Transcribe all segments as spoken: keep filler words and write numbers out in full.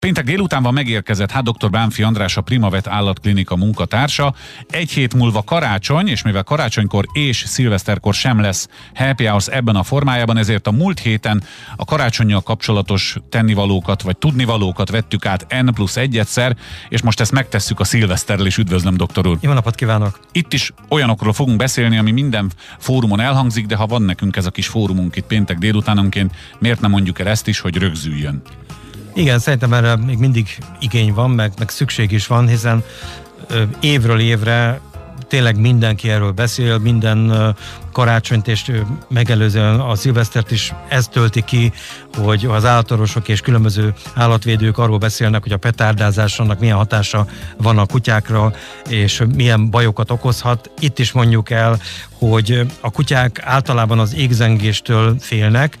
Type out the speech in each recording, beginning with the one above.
Péntek délután van megérkezett hát doktor Bánfi András, a Primavet állatklinika munkatársa. Egy hét múlva karácsony, és mivel karácsonykor és szilveszterkor sem lesz Happy House ebben a formájában, ezért a múlt héten a karácsonnyal kapcsolatos tennivalókat vagy tudnivalókat vettük át N plusz egyszer, és most ezt megtesszük a szilveszterrel is. Üdvözlöm, doktor úr! Jó napot kívánok! Itt is olyanokról fogunk beszélni, ami minden fórumon elhangzik, de ha van nekünk ez a kis fórumunk itt péntek délutánonként, miért nem mondjuk el ezt is, hogy rögzüljön? Igen, szerintem erre még mindig igény van, meg, meg szükség is van, hiszen ö, évről évre tényleg mindenki erről beszél, minden ö, karácsonyt és ö, megelőzően a szilvesztert is ez tölti ki, hogy az állatorvosok és különböző állatvédők arról beszélnek, hogy a petárdázásnak milyen hatása van a kutyákra, és milyen bajokat okozhat. Itt is mondjuk el, hogy a kutyák általában az égzengéstől félnek,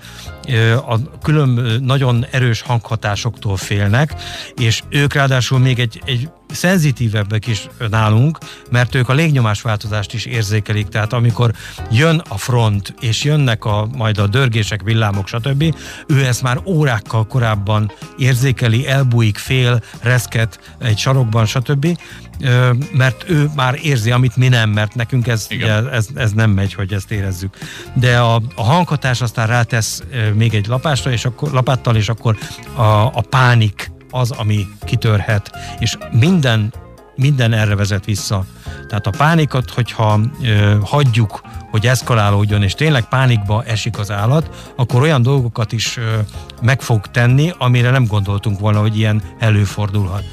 a külön nagyon erős hanghatásoktól félnek, és ők ráadásul még egy, egy szenzitívebbek is nálunk, mert ők a légnyomásváltozást is érzékelik, tehát amikor jön a front, és jönnek a, majd a dörgések, villámok, stb., ő ezt már órákkal korábban érzékeli, elbújik, fél, reszket egy sarokban, stb., mert ő már érzi, amit mi nem, mert nekünk ez, ugye, ez, ez nem megy, hogy ezt érezzük. De a, a hanghatás aztán rátesz még egy lapásra, és akkor, lapáttal, és akkor a, a pánik az, ami kitörhet, és minden, minden erre vezet vissza. Tehát a pánikot, hogyha ö, hagyjuk, hogy eszkalálódjon, és tényleg pánikba esik az állat, akkor olyan dolgokat is ö, meg fog tenni, amire nem gondoltunk volna, hogy ilyen előfordulhat.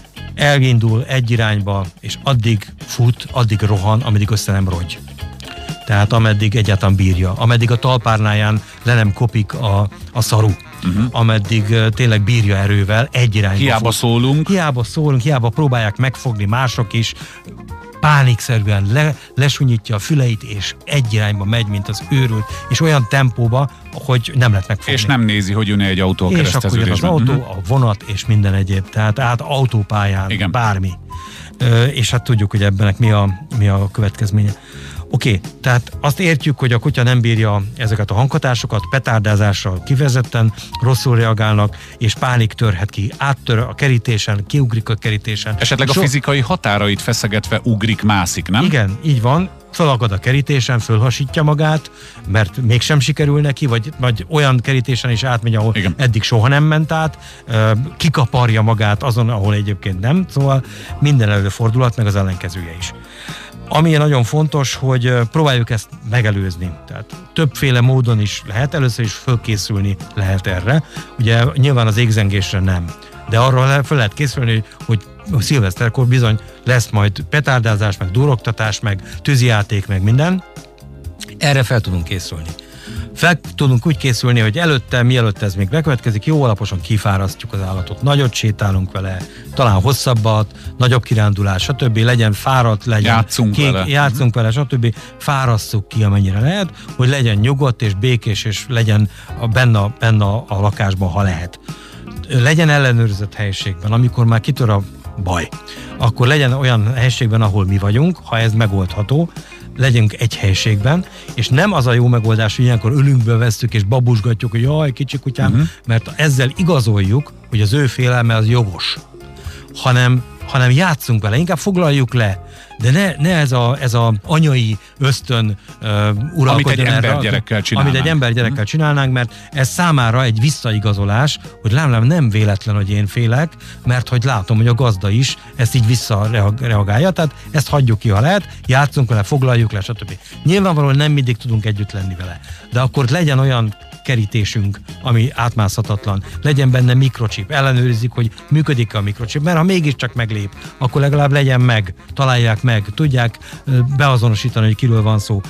Elindul egy irányba, és addig fut, addig rohan, ameddig össze nem rogy. Tehát ameddig egyáltalán bírja, ameddig a talpárnáján le nem kopik a, a szaru, uh-huh. ameddig uh, tényleg bírja erővel, egy irányba Hiába fut. szólunk. Hiába szólunk, hiába próbálják megfogni mások is, pánikszerűen le, lesunyítja a füleit, és egy irányba megy, mint az őrült, és olyan tempóba, hogy nem lehet megfogni. És nem nézi, hogy jön egy autó a kereszteződésben. És akkor jön az autó, a vonat, és minden egyéb, tehát át autópályán, igen. Bármi. Ö, és hát tudjuk, hogy ebbenek mi a, mi a következménye. Oké, okay, tehát azt értjük, hogy a kutya nem bírja ezeket a hanghatásokat, petárdázással kifejezetten rosszul reagálnak, és pánik törhet ki, áttör a kerítésen, kiugrik a kerítésen. Esetleg a so- fizikai határait feszegetve ugrik, mászik, nem? Igen, így van. Fölakad a kerítésen, fölhasítja magát, mert mégsem sikerül neki, vagy, vagy olyan kerítésen is átmegy, ahol igen. eddig soha nem ment át, kikaparja magát azon, ahol egyébként nem, szóval minden előfordulat, meg az ellenkezője is. Ami nagyon fontos, hogy próbáljuk ezt megelőzni. Tehát többféle módon is lehet, először is fölkészülni lehet erre. Ugye nyilván az égzengésre nem, de arra fel lehet készülni, hogy szilveszterkor bizony lesz majd petárdázás, meg durogtatás, meg tűzijáték, meg minden. Erre fel tudunk készülni. Fel tudunk úgy készülni, hogy előtte, mielőtt ez még bekövetkezik, jó alaposan kifárasztjuk az állatot. Nagyot sétálunk vele, talán hosszabbat, nagyobb kirándulás, stb. Legyen fáradt, legyen játszunk kék, vele, játszunk vele, stb. Fárasszuk ki, amennyire lehet, hogy legyen nyugodt és békés, és legyen a, benne, benne a lakásban, ha lehet. Legyen ellenőrzött helyiségben, amikor már kitör a baj, akkor legyen olyan helyiségben, ahol mi vagyunk, ha ez megoldható, legyünk egy helyiségben, és nem az a jó megoldás, hogy ilyenkor ölünkbe vesszük és babusgatjuk, hogy jaj, kicsi kutyám, uh-huh. mert ezzel igazoljuk, hogy az ő félelme az jogos, hanem, hanem játszunk vele, inkább foglaljuk le, de ne, ne ez, a, ez a anyai ösztön uh, uralkodjon amit egy erre, embergyerekkel csinálnánk. Amit egy embergyerekkel csinálnánk, mert ez számára egy visszaigazolás, hogy lám, nem véletlen, hogy én félek, mert hogy látom, hogy a gazda is ezt így visszareagálja, tehát ezt hagyjuk ki, ha lehet, játszunk vele, foglaljuk le, stb. Nyilvánvalóan nem mindig tudunk együtt lenni vele, de akkor legyen olyan kerítésünk, ami átmászhatatlan. Legyen benne mikrochip, ellenőrizzük, hogy működik a mikrochip, mert ha mégiscsak meglép, akkor legalább legyen meg, találják meg, tudják beazonosítani, hogy kiről van szó.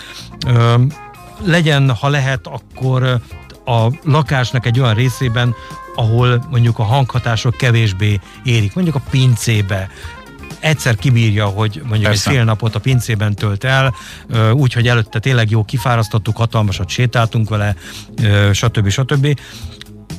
Legyen, ha lehet, akkor a lakásnak egy olyan részében, ahol mondjuk a hanghatások kevésbé érik, mondjuk a pincébe, egyszer kibírja, hogy mondjuk Persze. egy fél napot a pincében tölt el, úgyhogy előtte tényleg jó kifárasztottuk, hatalmasat sétáltunk vele, stb. stb.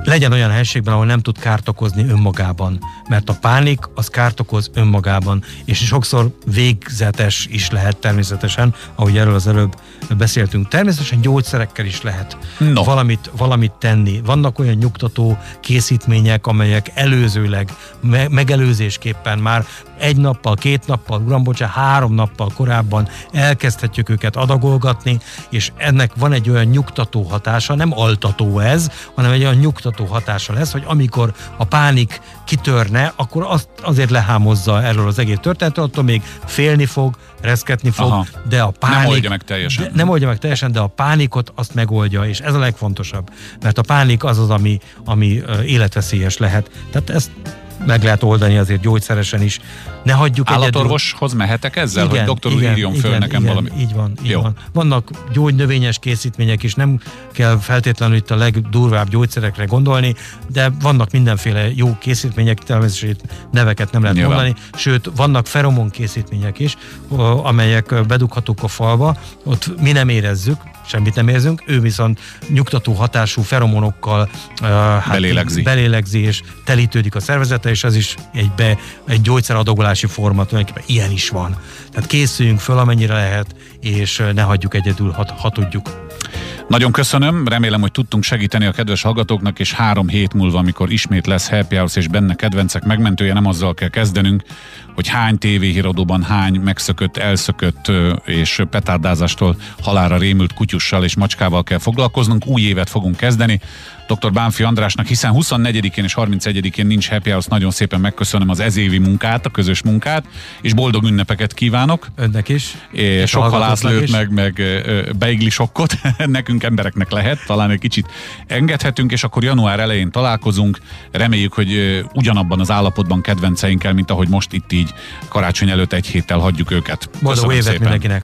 legyen olyan helységben, ahol nem tud kárt okozni önmagában. Mert a pánik az kárt okoz önmagában, és sokszor végzetes is lehet természetesen, ahogy erről az előbb beszéltünk. Természetesen gyógyszerekkel is lehet no. valamit, valamit tenni. Vannak olyan nyugtató készítmények, amelyek előzőleg, me- megelőzésképpen már egy nappal, két nappal, uram, bocsánat, három nappal korábban elkezdhetjük őket adagolgatni, és ennek van egy olyan nyugtató hatása, nem altató ez, hanem egy olyan nyugtató hatása lesz, hogy amikor a pánik kitörne, akkor azt azért lehámozza erről az egész történetről, attól még félni fog, reszketni fog, Aha. de a pánik... Nem oldja meg teljesen. De, nem oldja meg teljesen, de a pánikot azt megoldja, és ez a legfontosabb. Mert a pánik az az, ami, ami életveszélyes lehet. Tehát ezt meg lehet oldani azért gyógyszeresen is. Ne hagyjuk egyedül. Állatorvoshoz mehetek ezzel, Igen, hogy doktor úr igen, írjon föl igen, nekem igen, valami? Így van, így Jó. van. Vannak gyógynövényes készítmények is, nem kell feltétlenül itt a legdurvább gyógyszerekre gondolni, de vannak mindenféle jó készítmények, természetesen neveket nem lehet Nyilván. mondani, sőt, vannak feromon készítmények is, amelyek bedughatók a falba, ott mi nem érezzük, semmit nem érzünk, ő viszont nyugtató hatású feromonokkal uh, hát belélegzi. belélegzi, és telítődik a szervezete, és ez is egy, be, egy gyógyszeradagolási forma, tulajdonképpen ilyen is van. Tehát készüljünk föl, amennyire lehet, és ne hagyjuk egyedül, ha, ha tudjuk. Nagyon köszönöm, remélem, hogy tudtunk segíteni a kedves hallgatóknak, és három hét múlva, amikor ismét lesz Happy House és benne kedvencek megmentője, nem azzal kell kezdenünk, hogy hány tévéhíradóban hány megszökött, elszökött és petárdázástól halálra rémült kutyussal és macskával kell foglalkoznunk. Új évet fogunk kezdeni doktor Bánffy Andrásnak, hiszen huszonnegyedikén és harmincegyedikén nincs Happy House. Nagyon szépen megköszönöm az ezévi munkát, a közös munkát, és boldog ünnepeket kívánok. Önnek is. És sok halászlőt, meg, meg beigli sokkot. Nekünk embereknek lehet, talán egy kicsit engedhetünk, és akkor január elején találkozunk. Reméljük, hogy ugyanabban az állapotban kedvenceinkkel, mint ahogy most itt így karácsony előtt egy héttel hagyjuk őket. Boldog évet mindenkinek!